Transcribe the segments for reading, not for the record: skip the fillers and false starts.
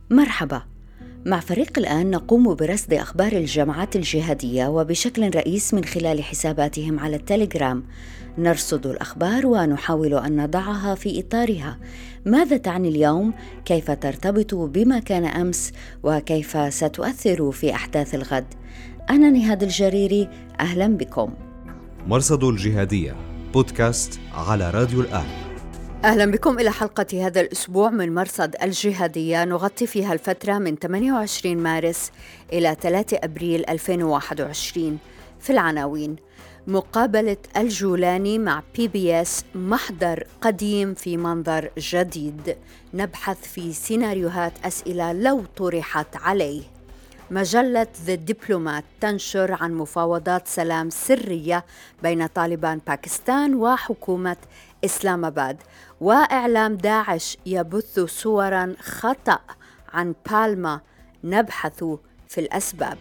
مرحبا. مع فريق الآن نقوم برصد أخبار الجماعات الجهادية وبشكل رئيس من خلال حساباتهم على التليجرام. نرصد الأخبار ونحاول أن نضعها في إطارها. ماذا تعني اليوم؟ كيف ترتبط بما كان أمس؟ وكيف ستؤثر في أحداث الغد؟ أنا نهاد الجريري، أهلا بكم. مرصد الجهادية بودكاست على راديو الآن. أهلا بكم إلى حلقة هذا الأسبوع من مرصد الجهادية، نغطي فيها الفترة من 28 مارس إلى 3 أبريل 2021. في العناوين: مقابلة الجولاني مع PBS، محضر قديم في منظر جديد، نبحث في سيناريوهات أسئلة لو طرحت عليه. مجلة ذا دبلومات تنشر عن مفاوضات سلام سرية بين طالبان باكستان وحكومة إسلام آباد. وإعلام داعش يبث صوراً خطأ عن بالما، نبحث في الأسباب.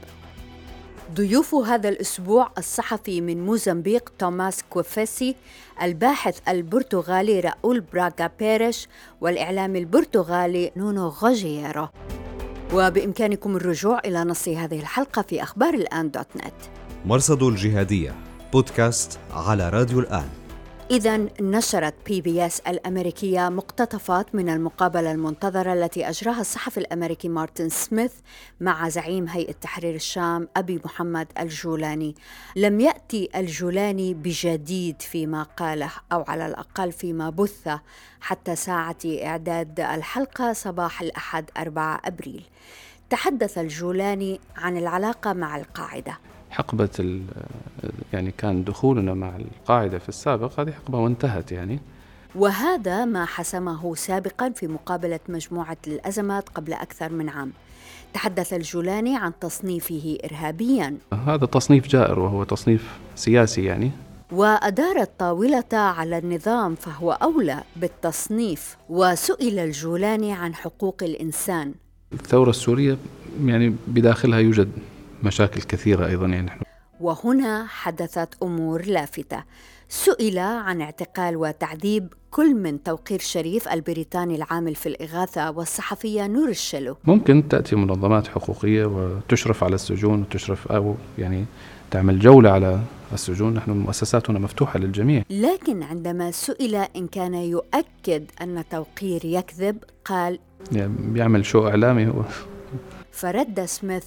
ضيوف هذا الأسبوع: الصحفي من موزمبيق توماس كوفيسي، الباحث البرتغالي راؤول براغا بيريش، والإعلامي البرتغالي نونو غوجييرو. وبإمكانكم الرجوع إلى نص هذه الحلقة في أخبار الآن .net. مرصد الجهادية بودكاست على راديو الآن. إذن نشرت PBS الأمريكية مقتطفات من المقابلة المنتظرة التي أجراها الصحفي الأمريكي مارتن سميث مع زعيم هيئة تحرير الشام أبي محمد الجولاني. لم يأتي الجولاني بجديد فيما قاله، أو على الأقل فيما بث حتى ساعة إعداد الحلقة صباح الأحد 4 أبريل. تحدث الجولاني عن العلاقة مع القاعدة. حقبة يعني كان دخولنا مع القاعدة في السابق، هذه حقبة وانتهت يعني. وهذا ما حسمه سابقا في مقابلة مجموعة الأزمات قبل أكثر من عام. تحدث الجولاني عن تصنيفه إرهابيا. هذا تصنيف جائر وهو تصنيف سياسي يعني. وأدار الطاولة على النظام فهو أولى بالتصنيف. وسئل الجولاني عن حقوق الإنسان. الثورة السورية يعني بداخلها يوجد مشاكل كثيرة أيضا يعني. وهنا حدثت أمور لافتة. سئل عن اعتقال وتعذيب كل من توقير شريف البريطاني العامل في الإغاثة والصحفية نور الشلو. ممكن تأتي منظمات حقوقية وتشرف على السجون وتشرف أو يعني تعمل جولة على السجون. نحن مؤسساتنا مفتوحة للجميع. لكن عندما سئل إن كان يؤكد أن توقير يكذب، قال يعني بيعمل شو إعلامي هو. فرد سميث: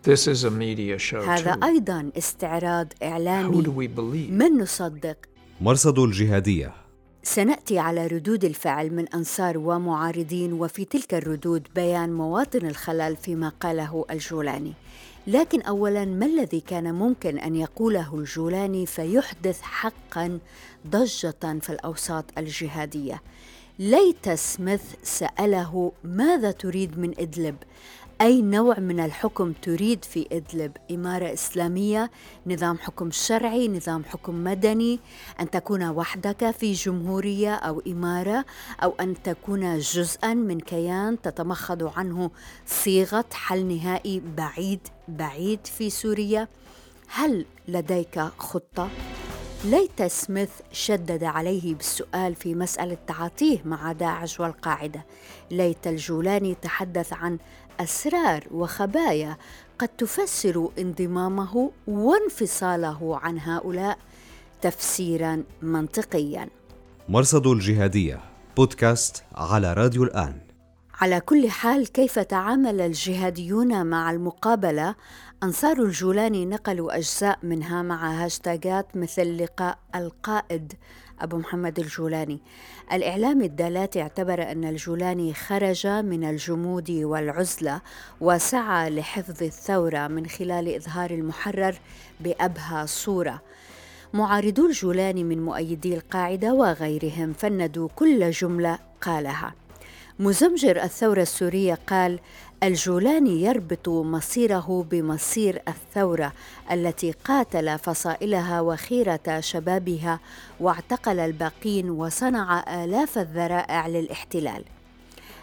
هذا أيضاً استعراض إعلامي، من نصدق؟ مرصد الجهادية. سنأتي على ردود الفعل من أنصار ومعارضين، وفي تلك الردود بيان مواطن الخلل فيما قاله الجولاني. لكن أولاً، ما الذي كان ممكن أن يقوله الجولاني فيحدث حقاً ضجة في الأوساط الجهادية؟ ليت سميث سأله: ماذا تريد من إدلب؟ أي نوع من الحكم تريد في إدلب؟ إمارة إسلامية، نظام حكم شرعي، نظام حكم مدني، أن تكون وحدك في جمهورية أو إمارة، أو أن تكون جزءاً من كيان تتمخض عنه صيغة حل نهائي بعيد في سوريا؟ هل لديك خطة؟ ليت سميث شدد عليه بالسؤال في مسألة تعاطيه مع داعش والقاعدة. ليت الجولاني تحدث عن أسرار وخبايا قد تفسر انضمامه وانفصاله عن هؤلاء تفسيراً منطقياً. مرصد الجهادية بودكاست على راديو الآن. على كل حال، كيف تعامل الجهاديون مع المقابلة؟ أنصار الجولاني نقلوا أجزاء منها مع هاشتاجات مثل لقاء القائد أبو محمد الجولاني. الإعلام الدالاتي اعتبر أن الجولاني خرج من الجمود والعزلة وسعى لحفظ الثورة من خلال إظهار المحرر بأبهى صورة. معارضو الجولاني من مؤيدي القاعدة وغيرهم فندوا كل جملة قالها. مزمجر الثورة السورية قال: الجولاني يربط مصيره بمصير الثورة التي قاتل فصائلها وخيرة شبابها واعتقل الباقين وصنع آلاف الذرائع للاحتلال.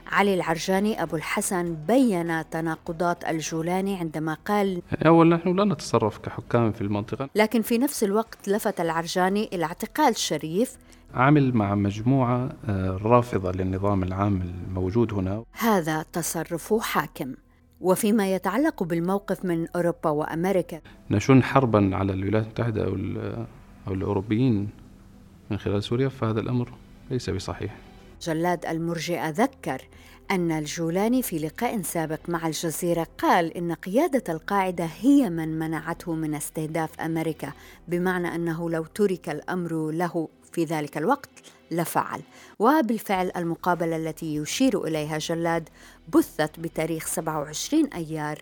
علي العرجاني أبو الحسن بيّن تناقضات الجولاني عندما قال: أولا نحن لا نتصرف كحكام في المنطقة، لكن في نفس الوقت لفت العرجاني إلى اعتقال شريف عامل مع مجموعة رافضة للنظام العام الموجود هنا. هذا تصرف حاكم. وفيما يتعلق بالموقف من أوروبا وأمريكا، نشن حربا على الولايات المتحدة أو الأوروبيين من خلال سوريا، فهذا الأمر ليس بصحيح. جلاد المرجئة ذكر أن الجولاني في لقاء سابق مع الجزيرة قال إن قيادة القاعدة هي من منعته من استهداف أمريكا، بمعنى أنه لو ترك الأمر له في ذلك الوقت لفعل. وبالفعل المقابلة التي يشير إليها جلاد بثت بتاريخ 27 أيار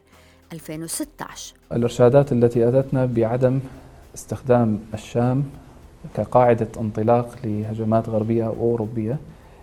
2016. الإرشادات التي أتتنا بعدم استخدام الشام كقاعدة انطلاق لهجمات غربية أو أوروبية.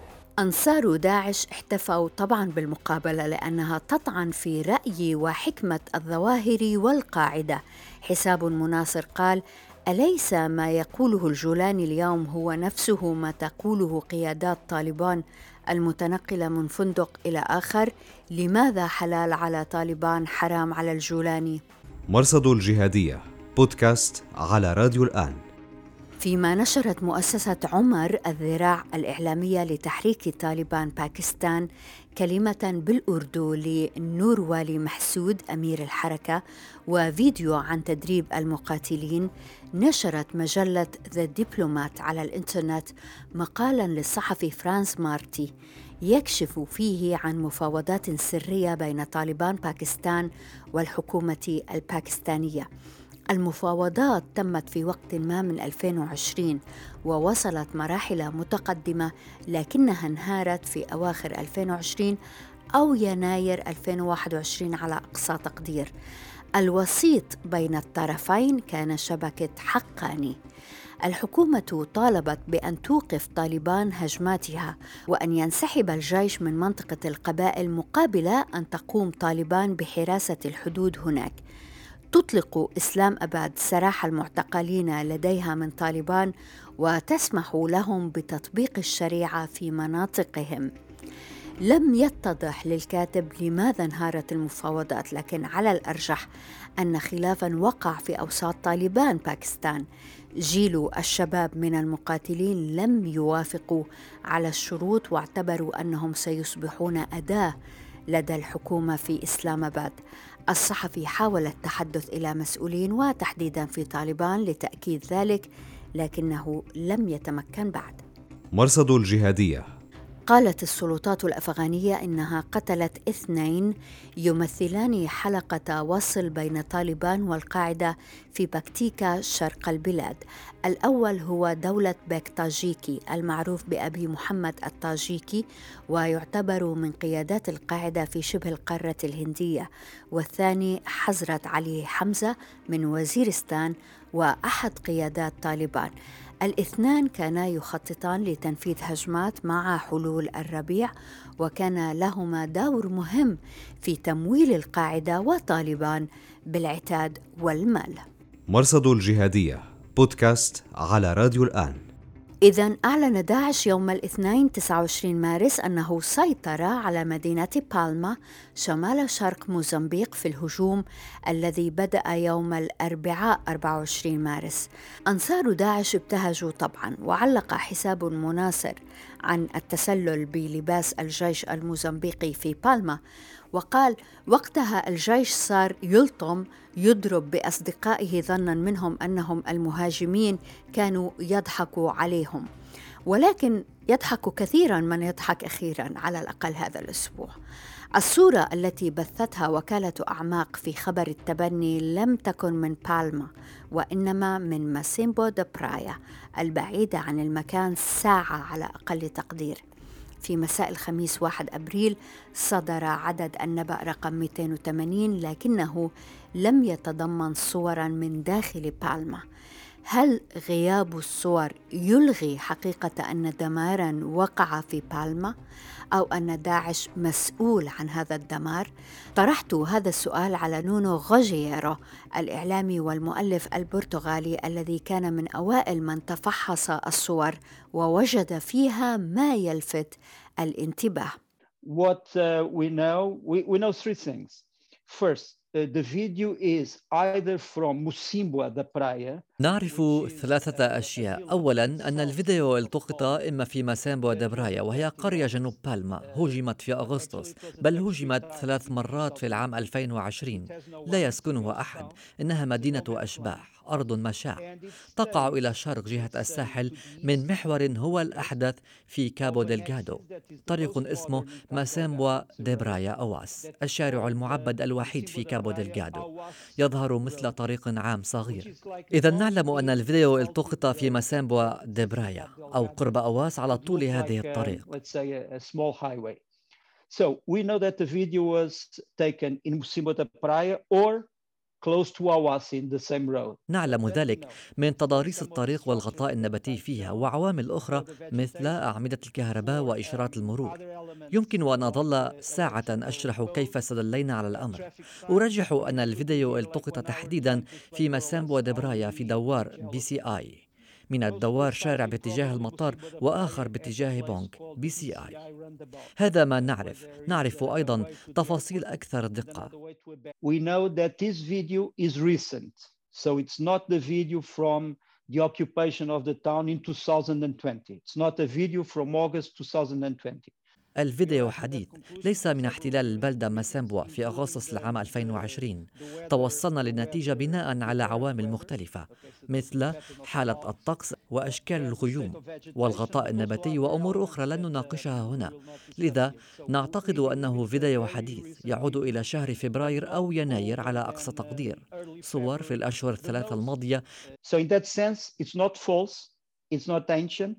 أنصار داعش احتفوا طبعاً بالمقابلة لأنها تطعن في رأي وحكمة الظواهر والقاعدة. حساب مناصر قال: أليس ما يقوله الجولاني اليوم هو نفسه ما تقوله قيادات طالبان المتنقلة من فندق إلى آخر؟ لماذا حلال على طالبان حرام على الجولاني؟ مرصد الجهادية بودكاست على راديو الآن. فيما نشرت مؤسسة عمر الذراع الإعلامية لتحريك طالبان باكستان كلمة بالأردو لنور والي محسود أمير الحركة وفيديو عن تدريب المقاتلين، نشرت مجلة ذا دبلومات على الإنترنت مقالاً للصحفي فرانس مارتي يكشف فيه عن مفاوضات سرية بين طالبان باكستان والحكومة الباكستانية. المفاوضات تمت في وقت ما من 2020 ووصلت مراحل متقدمة، لكنها انهارت في أواخر 2020 أو يناير 2021 على أقصى تقدير. الوسيط بين الطرفين كان شبكة حقاني. الحكومة طالبت بأن توقف طالبان هجماتها وأن ينسحب الجيش من منطقة القبائل مقابل أن تقوم طالبان بحراسة الحدود هناك. تطلق إسلام أباد سراح المعتقلين لديها من طالبان وتسمح لهم بتطبيق الشريعة في مناطقهم. لم يتضح للكاتب لماذا انهارت المفاوضات، لكن على الأرجح أن خلافاً وقع في أوساط طالبان باكستان. جيل الشباب من المقاتلين لم يوافقوا على الشروط واعتبروا أنهم سيصبحون أداة لدى الحكومة في إسلام أباد. الصحفي حاول التحدث إلى مسؤولين وتحديداً في طالبان لتأكيد ذلك، لكنه لم يتمكن بعد. مرصد الجهادية. قالت السلطات الأفغانية إنها قتلت 2 يمثلان حلقة وصل بين طالبان والقاعدة في بكتيكا شرق البلاد. الأول هو دولة بيك طاجيكي المعروف بأبي محمد الطاجيكي، ويعتبر من قيادات القاعدة في شبه القارة الهندية. والثاني حزرة علي حمزة من وزيرستان وأحد قيادات طالبان. الاثنان كانا يخططان لتنفيذ هجمات مع حلول الربيع، وكان لهما دور مهم في تمويل القاعدة وطالبان بالعتاد والمال. مرصد الجهادية بودكاست على راديو الآن. إذن أعلن داعش يوم الاثنين 29 مارس أنه سيطر على مدينة بالما شمال شرق موزمبيق في الهجوم الذي بدأ يوم الأربعاء 24 مارس. أنصار داعش ابتهجوا طبعاً، وعلق حساب مناصر عن التسلل بلباس الجيش الموزمبيقي في بالما وقال: وقتها الجيش صار يلطم يضرب بأصدقائه ظناً منهم أنهم المهاجمين، كانوا يضحكوا عليهم، ولكن يضحك كثيراً من يضحك أخيراً، على الأقل هذا الأسبوع. الصورة التي بثتها وكالة أعماق في خبر التبني لم تكن من بالما، وإنما من ماسيمبو دا برايا البعيدة عن المكان ساعة على أقل تقدير. في مساء الخميس 1 أبريل صدر عدد النبأ رقم 280، لكنه لم يتضمن صوراً من داخل بالما. هل غياب الصور يلغي حقيقة أن دماراً وقع في بالما، أو أن داعش مسؤول عن هذا الدمار؟ طرحت هذا السؤال على نونو غوجييرو الإعلامي والمؤلف البرتغالي الذي كان من أوائل من تفحص الصور ووجد فيها ما يلفت الانتباه. what we know three things. First, the video is either from Mocímboa da Praia. نعرف ثلاثة أشياء. أولاً أن الفيديو التقط إما في ماسامبو دا برايا، وهي قرية جنوب بالما هُجمت في أغسطس، بل هُجمت 3 مرات في العام 2020. لا يسكنها أحد، إنها مدينة أشباح، أرض مشاع تقع إلى الشرق جهة الساحل من محور هو الأحدث في كابو ديلغادو، طريق اسمه ماسامبو دا برايا أواس، الشارع المعبد الوحيد في كابو ديلغادو، يظهر مثل طريق عام صغير. إذا نعلم أن الفيديو التقط في ماسامبو دا برايا أو قرب أواس على طول هذه الطريق. So we know that the video was taken in Mocímboa da Praia or close to Awas in the same road. نعلم ذلك من تضاريس الطريق والغطاء النباتي فيها وعوامل أخرى مثل أعمدة الكهرباء وإشارات المرور. يمكن أن أظل ساعة أشرح كيف استدلينا على الأمر. أرجح أن الفيديو التقط تحديدا في ماسامبو دا برايا في دوار BCI، من الدوار شارع باتجاه المطار وآخر باتجاه بونغ BCI. هذا ما نعرف أيضا تفاصيل أكثر دقة. We know that this video is recent, so it's not the video from the occupation of the town in 2020. It's not a video from August 2020. الفيديو حديث، ليس من احتلال البلدة ماسامبو في أغسطس العام 2020. توصلنا للنتيجة بناء على عوامل مختلفة مثل حالة الطقس وأشكال الغيوم والغطاء النباتي وأمور أخرى لن نناقشها هنا. لذا نعتقد أنه فيديو حديث يعود إلى شهر فبراير أو يناير على أقصى تقدير، صور في الأشهر الثلاثة الماضية. So in that sense, it's not false, it's not ancient.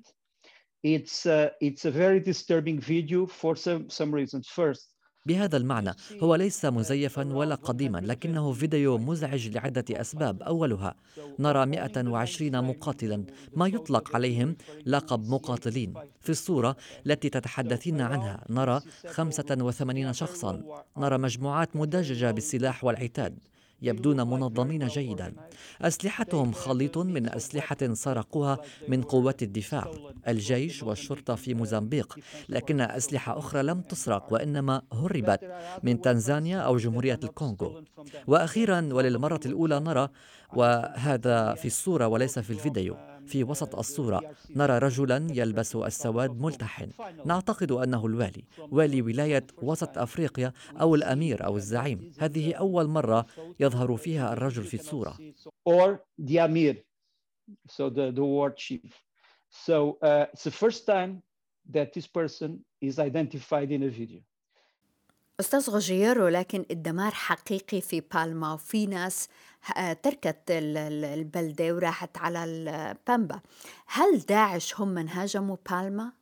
It's a very disturbing video for some reasons. First, بهذا المعنى هو ليس مزيفا ولا قديما، لكنه فيديو مزعج لعدة أسباب. أولها نرى 120 مقاتلا، ما يطلق عليهم لقب مقاتلين. في الصورة التي تتحدثين عنها نرى 85 شخصا، نرى مجموعات مدججة بالسلاح والعتاد، يبدون منظمين جيدا. أسلحتهم خليط من أسلحة سرقوها من قوات الدفاع، الجيش والشرطة في موزمبيق، لكن أسلحة أخرى لم تسرق وإنما هربت من تنزانيا أو جمهورية الكونغو. وأخيرا وللمرة الأولى نرى، وهذا في الصورة وليس في الفيديو، في وسط الصورة نرى رجلا يلبس السواد ملتحن، نعتقد أنه والي ولاية وسط أفريقيا أو الأمير أو الزعيم. هذه أول مرة يظهر فيها الرجل في الصورة. Or the Amir, so the war chief. So it's the first time that this person is identified in a video. أستاذ غوجييرو، لكن الدمار حقيقي في بالما، وفي ناس تركت البلدة وراحت على البامبا. هل داعش هم من هاجموا بالما؟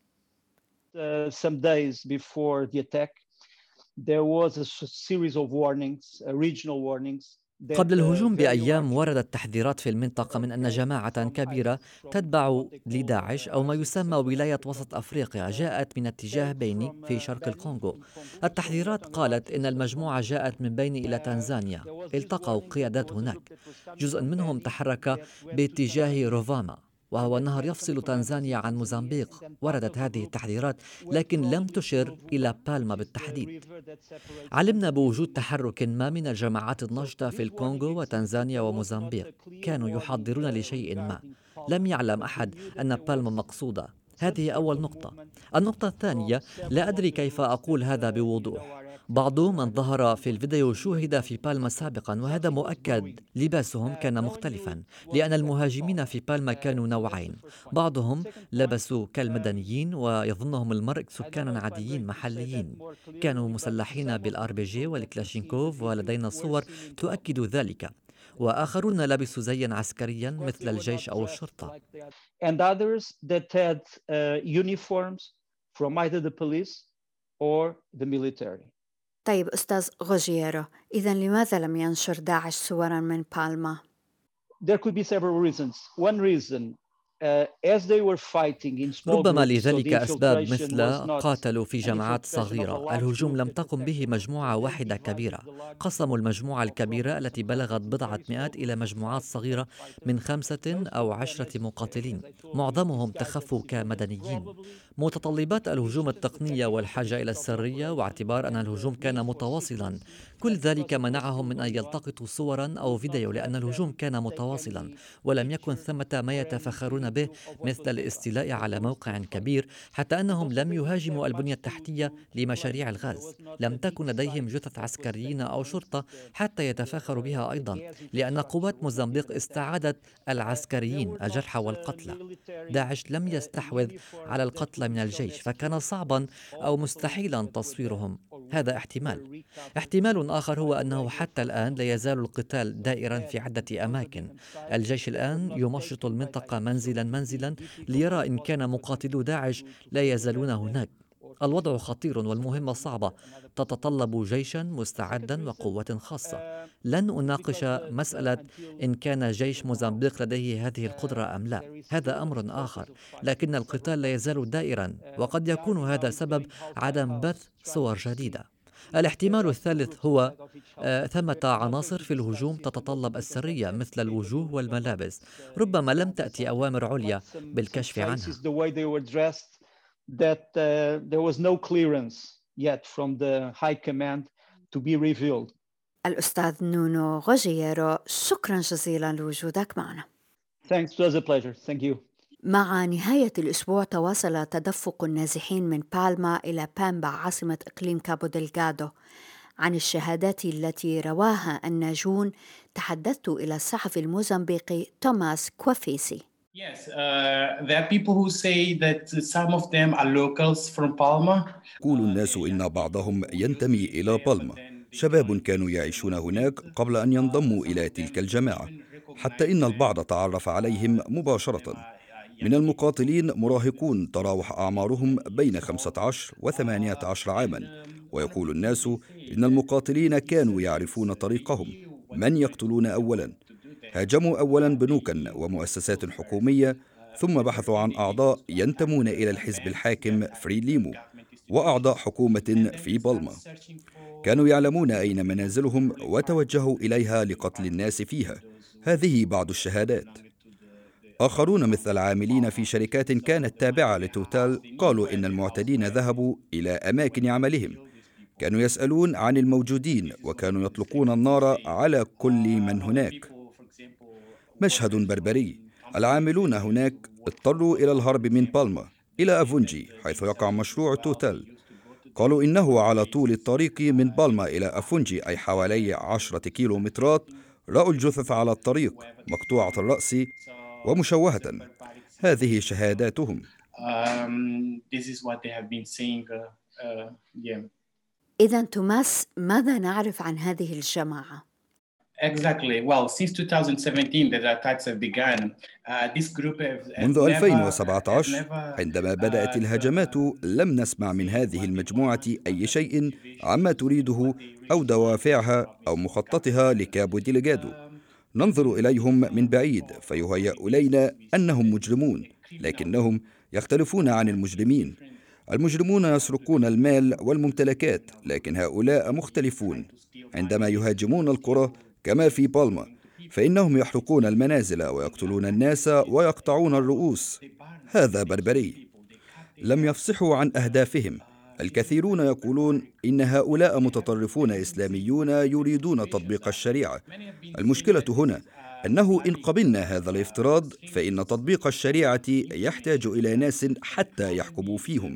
Some days before the attack, there was a series of warnings, regional warnings. قبل الهجوم بأيام وردت تحذيرات في المنطقة من أن جماعة كبيرة تتبع لداعش أو ما يسمى ولاية وسط أفريقيا جاءت من اتجاه بيني في شرق الكونغو. التحذيرات قالت إن المجموعة جاءت من بيني إلى تنزانيا، التقوا قيادات هناك، جزء منهم تحرك باتجاه روفاما وهو نهر يفصل تنزانيا عن موزمبيق. وردت هذه التحذيرات لكن لم تشر إلى بالما بالتحديد. علمنا بوجود تحرك ما من الجماعات النشطة في الكونغو وتنزانيا وموزمبيق، كانوا يحضرون لشيء ما، لم يعلم أحد أن بالما مقصودة. هذه أول نقطة. النقطة الثانية، لا أدري كيف أقول هذا بوضوح. بعض من ظهر في الفيديو شوهد في بالما سابقا، وهذا مؤكد. لباسهم كان مختلفا لأن المهاجمين في بالما كانوا نوعين، بعضهم لبسوا كالمدنيين ويظنهم المرء سكانا عاديين محليين، كانوا مسلحين بالRPG والكلاشينكوف ولدينا صور تؤكد ذلك، وآخرون لبسوا زيا عسكريا مثل الجيش أو الشرطة. And others that had uniforms from either the police or the military. طيب أستاذ غوجييرو، إذن لماذا لم ينشر داعش صورا من بالما؟ There could be several reasons. One reason ربما لذلك أسباب مثل قاتلوا في جماعات صغيرة. الهجوم لم تقم به مجموعة واحدة كبيرة، قسموا المجموعة الكبيرة التي بلغت بضعة مئات إلى مجموعات صغيرة من 5 أو 10 مقاتلين، معظمهم تخفوا كمدنيين. متطلبات الهجوم التقنية والحاجة إلى السرية واعتبار أن الهجوم كان متواصلا، كل ذلك منعهم من أن يلتقطوا صورا أو فيديو، لأن الهجوم كان متواصلا ولم يكن ثمة ما يتفخرون به مثل الاستيلاء على موقع كبير، حتى أنهم لم يهاجموا البنية التحتية لمشاريع الغاز. لم تكن لديهم جثث عسكريين أو شرطة حتى يتفاخروا بها أيضا، لأن قوات موزمبيق استعادت العسكريين الجرحى والقتلى. داعش لم يستحوذ على القتلى من الجيش، فكان صعبا أو مستحيلا تصويرهم. هذا احتمال. احتمال آخر هو أنه حتى الآن لا يزال القتال دائرا في عدة أماكن. الجيش الآن يمشط المنطقة منزلا منزلا ليرى إن كان مقاتلو داعش لا يزالون هناك. الوضع خطير والمهمة صعبة، تتطلب جيشا مستعدا وقوة خاصة. لن أناقش مسألة إن كان جيش موزمبيق لديه هذه القدرة أم لا، هذا أمر آخر، لكن القتال لا يزال دائرا، وقد يكون هذا سبب عدم بث صور جديدة. الاحتمال الثالث هو ثمة عناصر في الهجوم تتطلب السرية مثل الوجوه والملابس، ربما لم تأتي أوامر عليا بالكشف عنها. الأستاذ نونو غوجييرو، شكرا جزيلا لوجودك معنا. Thanks, it was a pleasure. Thank you. مع نهاية الأسبوع تواصل تدفق النازحين من بالما إلى بامبا عاصمة إقليم كابو دلغادو. عن الشهادات التي رواها الناجون تحدثت إلى الصحفي الموزمبيقي توماس كوافيسي. Yes, there are people who say that some of them are locals from Palma. يقول الناس إن بعضهم ينتمي إلى بالما، شباب كانوا يعيشون هناك قبل أن ينضموا إلى تلك الجماعة، حتى إن البعض تعرف عليهم مباشرة. من المقاتلين مراهقون تراوح أعمارهم بين 15 و18 عاما، ويقول الناس إن المقاتلين كانوا يعرفون طريقهم، من يقتلون أولا. هاجموا أولا بنوكا ومؤسسات حكومية، ثم بحثوا عن أعضاء ينتمون إلى الحزب الحاكم فريليمو وأعضاء حكومة في بالما. كانوا يعلمون أين منازلهم وتوجهوا إليها لقتل الناس فيها. هذه بعض الشهادات. آخرون مثل العاملين في شركات كانت تابعة لتوتال قالوا إن المعتدين ذهبوا إلى أماكن عملهم، كانوا يسألون عن الموجودين وكانوا يطلقون النار على كل من هناك. مشهد بربري. العاملون هناك اضطروا إلى الهرب من بالما إلى أفونجي حيث يقع مشروع توتال. قالوا إنه على طول الطريق من بالما إلى أفونجي، أي حوالي 10 كيلومترات، رأوا الجثث على الطريق مقطوعة الرأس ومشوهة. هذه شهاداتهم. إذن توماس، ماذا نعرف عن هذه الجماعة؟ منذ 2017 عندما بدأت الهجمات لم نسمع من هذه المجموعة أي شيء عما تريده أو دوافعها أو مخططها لكابو ديلغادو. ننظر إليهم من بعيد فيهيأ إلينا أنهم مجرمون، لكنهم يختلفون عن المجرمين. المجرمون يسرقون المال والممتلكات، لكن هؤلاء مختلفون. عندما يهاجمون القرى كما في بالما فإنهم يحرقون المنازل ويقتلون الناس ويقطعون الرؤوس. هذا بربري. لم يفصحوا عن أهدافهم. الكثيرون يقولون إن هؤلاء متطرفون إسلاميون يريدون تطبيق الشريعة. المشكلة هنا أنه إن قبلنا هذا الافتراض فإن تطبيق الشريعة يحتاج إلى ناس حتى يحكموا فيهم،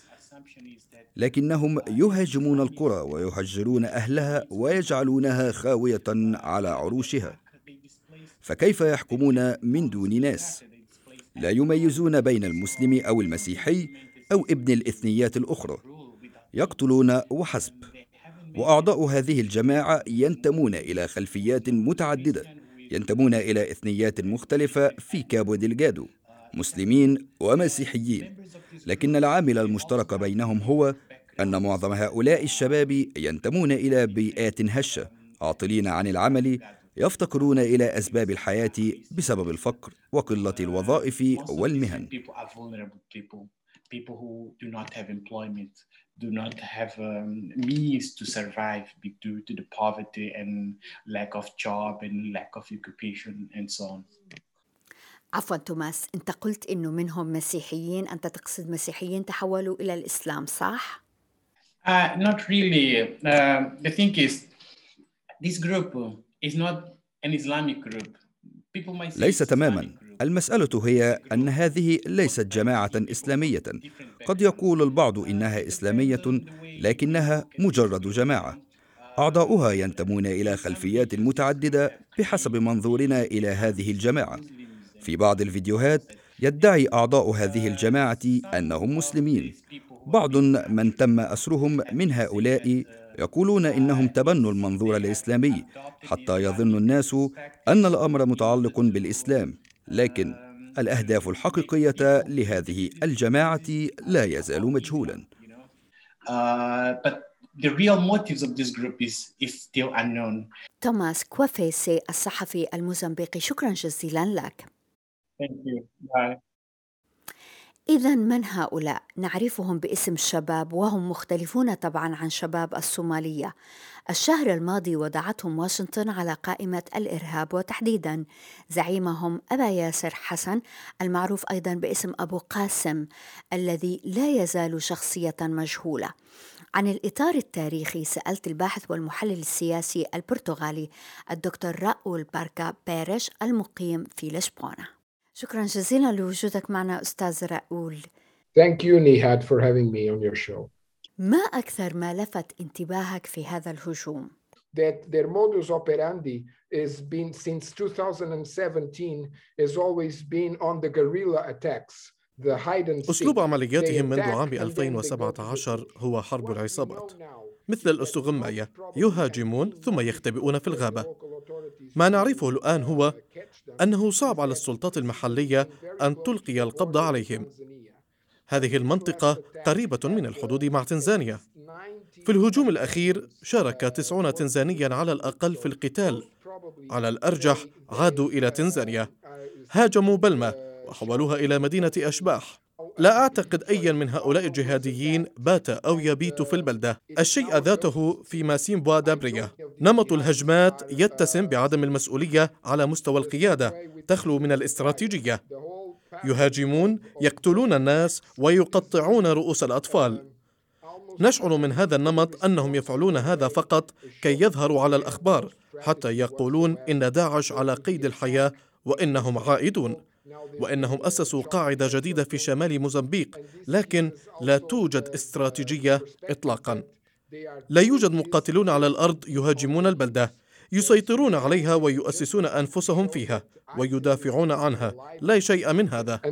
لكنهم يهاجمون القرى ويهجرون أهلها ويجعلونها خاوية على عروشها. فكيف يحكمون من دون ناس؟ لا يميزون بين المسلم أو المسيحي أو ابن الإثنيات الأخرى، يقتلون وحسب. وأعضاء هذه الجماعة ينتمون إلى خلفيات متعددة، ينتمون إلى إثنيات مختلفة في كابو ديلغادو، مسلمين ومسيحيين، لكن العامل المشترك بينهم هو أن معظم هؤلاء الشباب ينتمون إلى بيئات هشة، عاطلين عن العمل يفتقرون إلى أسباب الحياة بسبب الفقر وقلة الوظائف والمهن. do not have means to survive due to the poverty and lack of job and lack of occupation and so on. عفوا توماس، أنت قلت إنه منهم مسيحيين، أنت تقصد مسيحيين تحولوا إلى الإسلام، صح؟ Not really. The thing is, this group is not an Islamic group. ليس تماما. المسألة هي أن هذه ليست جماعة إسلامية. قد يقول البعض إنها إسلامية، لكنها مجرد جماعة. أعضاؤها ينتمون إلى خلفيات متعددة بحسب منظورنا إلى هذه الجماعة. في بعض الفيديوهات يدعي أعضاء هذه الجماعة أنهم مسلمين. بعض من تم أسرهم من هؤلاء يقولون إنهم تبنوا المنظور الإسلامي حتى يظن الناس أن الأمر متعلق بالإسلام، لكن الأهداف الحقيقية لهذه الجماعة لا يزال مجهولا. توماس كوافيسي الصحفي الموزمبيقي، شكرا جزيلا لك. إذن من هؤلاء؟ نعرفهم باسم الشباب، وهم مختلفون طبعا عن شباب الصومالية. الشهر الماضي وضعتهم واشنطن على قائمة الإرهاب، وتحديدا زعيمهم أبا ياسر حسن المعروف أيضا باسم أبو قاسم، الذي لا يزال شخصية مجهولة. عن الإطار التاريخي سألت الباحث والمحلل السياسي البرتغالي الدكتور راؤول باركا بيريش المقيم في لشبونة. شكرا جزيلا لوجودك معنا أستاذ راؤول. Thank you, Nihad, for having me on your show. ما أكثر ما لفت انتباهك في هذا الهجوم؟ That their modus operandi has been since 2017 has always been on the guerrilla attacks. أسلوب عملياتهم منذ عام 2017 هو حرب العصابات، مثل الأستغماية، يهاجمون ثم يختبئون في الغابة. ما نعرفه الآن هو أنه صعب على السلطات المحلية أن تلقي القبض عليهم. هذه المنطقة قريبة من الحدود مع تنزانيا. في الهجوم الأخير شارك 90 تنزانيا على الأقل في القتال، على الأرجح عادوا إلى تنزانيا، هاجموا بلما وحولوها إلى مدينة أشباح. لا أعتقد أي من هؤلاء الجهاديين بات أو يبيت في البلدة. الشيء ذاته في ماسيمبوا دابريا. نمط الهجمات يتسم بعدم المسؤولية على مستوى القيادة، تخلو من الاستراتيجية. يهاجمون، يقتلون الناس ويقطعون رؤوس الأطفال. نشعر من هذا النمط أنهم يفعلون هذا فقط كي يظهروا على الأخبار، حتى يقولون إن داعش على قيد الحياة وإنهم عائدون، وإنهم أسسوا قاعدة جديدة في شمال موزمبيق، لكن لا توجد استراتيجية إطلاقا. لا يوجد مقاتلون على الأرض يهاجمون البلدة، يسيطرون عليها ويؤسسون أنفسهم فيها ويدافعون عنها. لا شيء من هذا.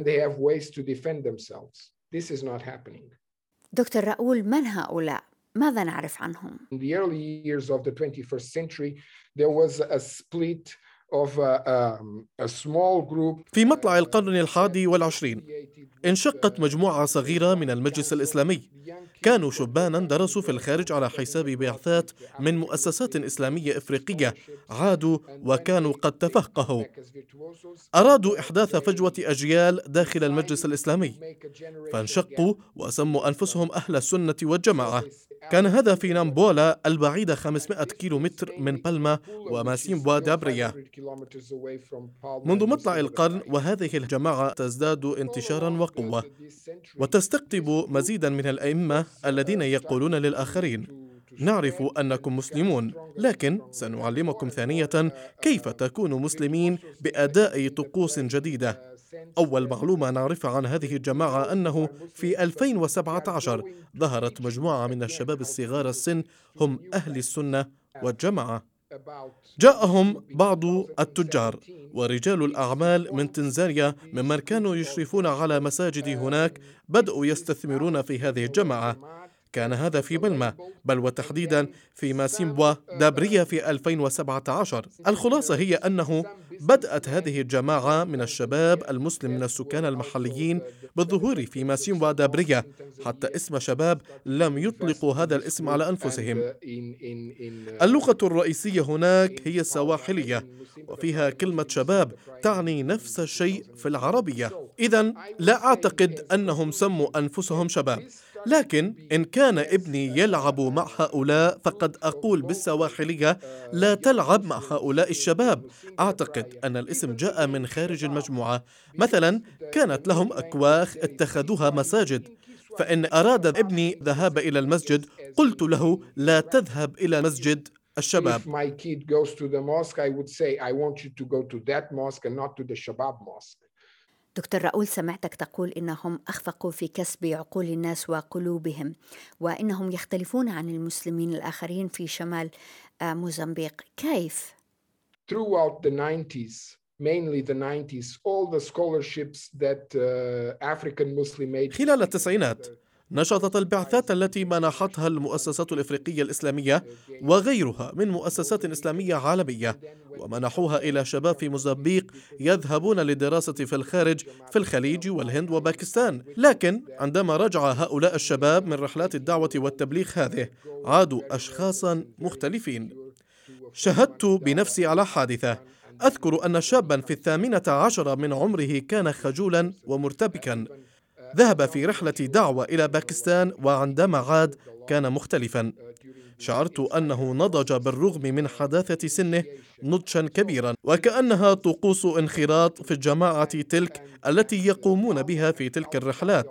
دكتور راؤول، من هؤلاء؟ ماذا نعرف عنهم؟ In the early years of the 21st century, there was a split of a small group. في مطلع القرن 21 انشقت مجموعة صغيرة من المجلس الإسلامي. كانوا شبانا درسوا في الخارج على حساب بعثات من مؤسسات إسلامية إفريقية، عادوا وكانوا قد تفقهوا. أرادوا إحداث فجوة أجيال داخل المجلس الإسلامي، فانشقوا وسموا أنفسهم أهل السنة والجماعة. كان هذا في نامبولا البعيدة 500 كيلومتر من بلما وماسيمبوا دابريا. منذ مطلع القرن وهذه الجماعة تزداد انتشارا وقوة، وتستقطب مزيدا من الأئمة الذين يقولون للآخرين: نعرف أنكم مسلمون، لكن سنعلمكم ثانية كيف تكونوا مسلمين بأداء طقوس جديدة. أول معلومة نعرفها عن هذه الجماعة أنه في 2017 ظهرت مجموعة من الشباب الصغار السن هم أهل السنة والجماعة. جاءهم بعض التجار ورجال الأعمال من تنزانيا ممن كانوا يشرفون على مساجد هناك، بدأوا يستثمرون في هذه الجماعة. كان هذا في بلما، بل وتحديدا في ماسيمبوا دابريا في 2017. الخلاصة هي أنه بدأت هذه الجماعة من الشباب المسلم من السكان المحليين بالظهور في ماسيمبوا دابريا، حتى اسم شباب لم يطلقوا هذا الاسم على أنفسهم. اللغة الرئيسية هناك هي السواحلية، وفيها كلمة شباب تعني نفس الشيء في العربية. إذن لا أعتقد أنهم سموا أنفسهم شباب، لكن إن كان ابني يلعب مع هؤلاء فقد أقول بالسواحلية لا تلعب مع هؤلاء الشباب. أعتقد أن الاسم جاء من خارج المجموعة، مثلا كانت لهم أكواخ اتخذوها مساجد، فإن أراد ابني ذهاب إلى المسجد قلت له لا تذهب إلى مسجد الشباب. دكتور راؤول، سمعتك تقول إنهم أخفقوا في كسب عقول الناس وقلوبهم، وإنهم يختلفون عن المسلمين الآخرين في شمال موزمبيق. كيف؟ Throughout the 90s, mainly the 90s, all the scholarships that African Muslim made. خلال التسعينات نشطت البعثات التي منحتها المؤسسات الإفريقية الإسلامية وغيرها من مؤسسات إسلامية عالمية، ومنحوها إلى شباب في موزمبيق يذهبون للدراسة في الخارج في الخليج والهند وباكستان. لكن عندما رجع هؤلاء الشباب من رحلات الدعوة والتبليغ هذه عادوا أشخاصا مختلفين. شهدت بنفسي على حادثة. أذكر أن شابا في 18 من عمره كان خجولا ومرتبكا، ذهب في رحلة دعوة إلى باكستان، وعندما عاد كان مختلفا. شعرت أنه نضج بالرغم من حداثة سنه نضجا كبيرا، وكأنها طقوس انخراط في الجماعة تلك التي يقومون بها في تلك الرحلات.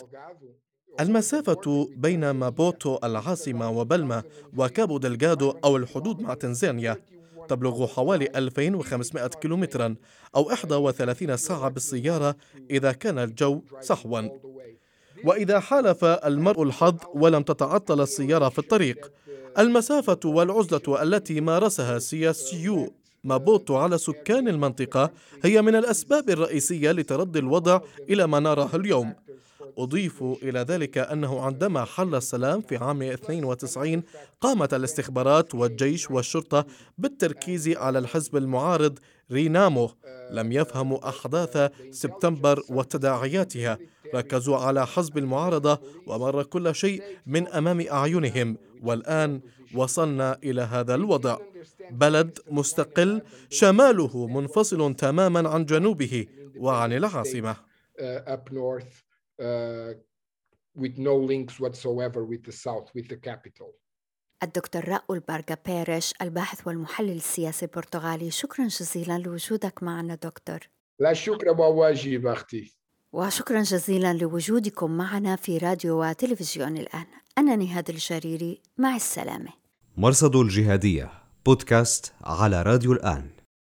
المسافة بين مابوتو العاصمة وبلما وكابو دلغادو أو الحدود مع تنزانيا تبلغ حوالي 2500 كيلومترا أو 31 ساعة بالسيارة إذا كان الجو صحوا، وإذا حالف المرء الحظ ولم تتعطل السيارة في الطريق. المسافة والعزلة التي مارسها سياسيو مابوتو على سكان المنطقة هي من الأسباب الرئيسية لتردي الوضع إلى ما نراه اليوم. أضيف إلى ذلك أنه عندما حل السلام في عام 92 قامت الاستخبارات والجيش والشرطة بالتركيز على الحزب المعارض رينامو. لم يفهموا أحداث سبتمبر وتداعياتها، ركزوا على حزب المعارضة ومر كل شيء من أمام أعينهم، والآن وصلنا إلى هذا الوضع. بلد مستقل شماله منفصل تماما عن جنوبه وعن العاصمة. With no links whatsoever with the south, with the capital. الدكتور راؤول بارغا بيريش، الباحث والمحلل السياسي البرتغالي، شكرا جزيلا لوجودك معنا دكتور. لا شكر وواجب أختي. وشكرا جزيلا لوجودكم معنا في راديو وتلفزيون الآن. أنا نهاد الجريري، مع السلامة. مرصد الجهادية بودكاست على راديو الآن.